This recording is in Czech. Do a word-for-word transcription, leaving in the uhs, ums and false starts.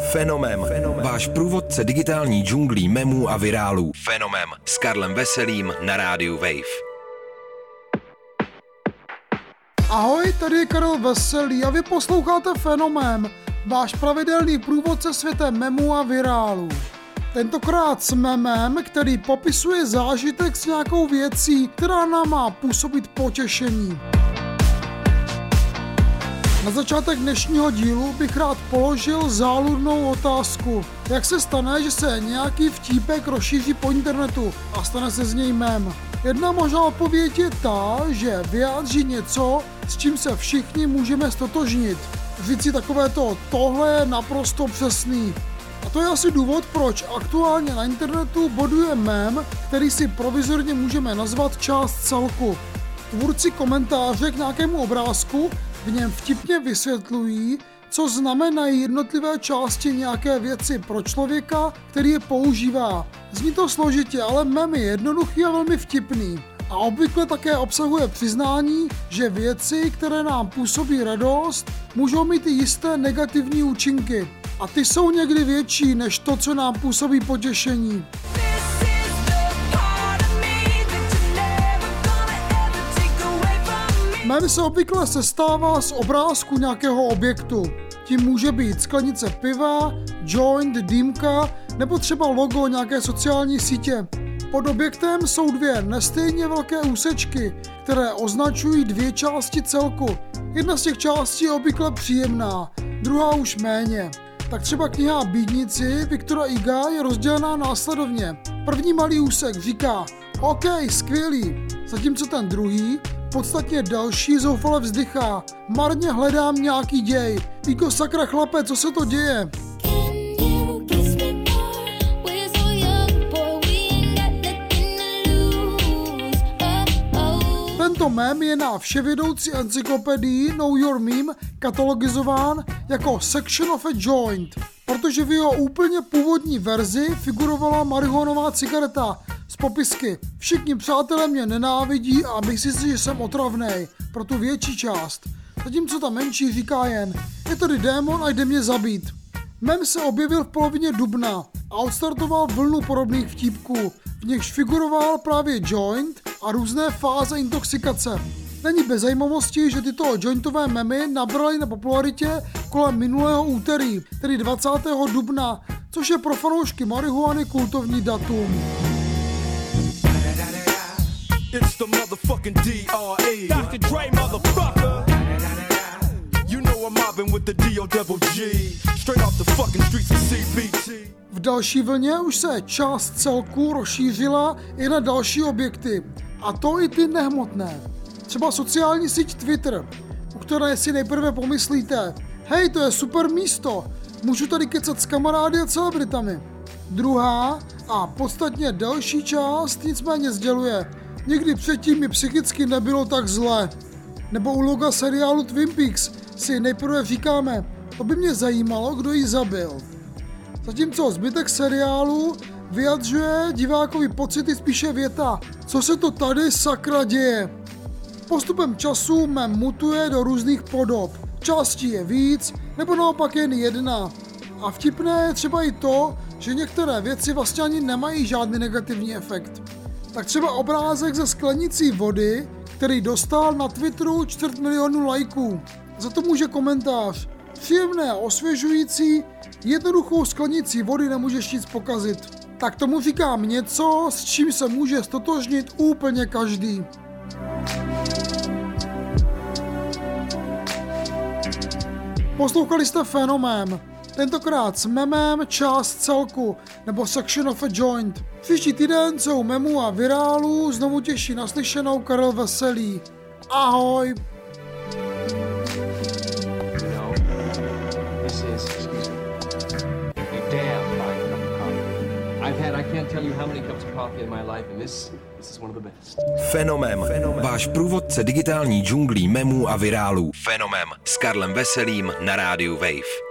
Fenomem. Fenomem. Váš průvodce digitální džunglí memů a virálů. Fenomem. S Karlem Veselým na rádiu Wave. Ahoj, tady je Karel Veselý a vy posloucháte Fenomem, váš pravidelný průvodce světem memů a virálů. Tentokrát s memem, který popisuje zážitek s nějakou věcí, která nám má působit potěšení. Na začátek dnešního dílu bych rád položil záludnou otázku. Jak se stane, že se nějaký vtípek rozšíří po internetu a stane se z něj mem? Jedna možná odpověď je ta, že vyjádří něco, s čím se všichni můžeme stotožnit. Říct si takovéto, tohle je naprosto přesný. A to je asi důvod, proč aktuálně na internetu boduje mem, který si provizorně můžeme nazvat část celku. Tvůrci komentáře k nějakému obrázku v něm vtipně vysvětlují, co znamenají jednotlivé části nějaké věci pro člověka, který je používá. Zní to složitě, ale mem je jednoduchý a velmi vtipný. A obvykle také obsahuje přiznání, že věci, které nám působí radost, můžou mít i jisté negativní účinky. A ty jsou někdy větší než to, co nám působí potěšení. Mem se obvykle sestává z obrázku nějakého objektu. Tím může být sklenice piva, joint, dýmka nebo třeba logo nějaké sociální sítě. Pod objektem jsou dvě nestejně velké úsečky, které označují dvě části celku. Jedna z těch částí je obvykle příjemná, druhá už méně. Tak třeba kniha Bídníci Viktora Iga je rozdělená následovně. První malý úsek říká OK, skvělý, zatímco ten druhý, podstatně další, zoufale vzdychá. Marně hledám nějaký děj. Igo, sakra chlape, co se to děje? Tento mem je na vševědoucí encyklopedii Know Your Meme katalogizován jako section of a joint, protože v jeho úplně původní verzi figurovala marihuanová cigareta s popisky všichni přátelé mě nenávidí a myslí si, že jsem otravnej pro tu větší část. Zatímco ta menší říká jen je tady démon a jde mě zabít. Mem se objevil v polovině dubna a odstartoval vlnu podobných vtípků, v nichž figuroval právě joint a různé fáze intoxikace. Není bez zajímavosti, že tyto jointové memy nabraly na popularitě kolem minulého úterý, tedy dvacátého dubna, což je pro fanoušky marihuany kultovní datum. It's the motherfucking D R E doktor Dre, motherfucker. You know I'm mobbing with the D O double G. Straight off the fucking streets of C B T. V další vlně už se část celku rozšířila i na další objekty. A to i ty nehmotné. Třeba sociální síť Twitter, u které si nejprve pomyslíte hej, to je super místo, můžu tady kecat s kamarády a celebritami. Druhá a podstatně delší část nicméně sděluje nikdy předtím mi psychicky nebylo tak zle. Nebo u loga seriálu Twin Peaks si nejprve říkáme, to by mě zajímalo, kdo ji zabil. Zatímco zbytek seriálu vyjadřuje divákovi pocity spíše věta, co se to tady sakra děje. Postupem času mem mutuje do různých podob. Částí je víc, nebo naopak jen jedna. A vtipné je třeba i to, že některé věci vlastně ani nemají žádný negativní efekt. Tak třeba obrázek ze sklenicí vody, který dostal na Twitteru čtvrt milionu lajků. Za to může komentář. Příjemné a osvěžující, jednoduchou sklenicí vody nemůžeš nic pokazit. Tak tomu říkám něco, s čím se může stotožnit úplně každý. Poslouchali jste Fenomén. Tentokrát s memem část celku, nebo section of a joint. Příští týden jsou memů a virálů znovu těší naslyšenou Karel Veselý. Ahoj! Fenomem. Váš průvodce digitální džunglí memů a virálů. Fenomem. S Karlem Veselým na rádiu Wave.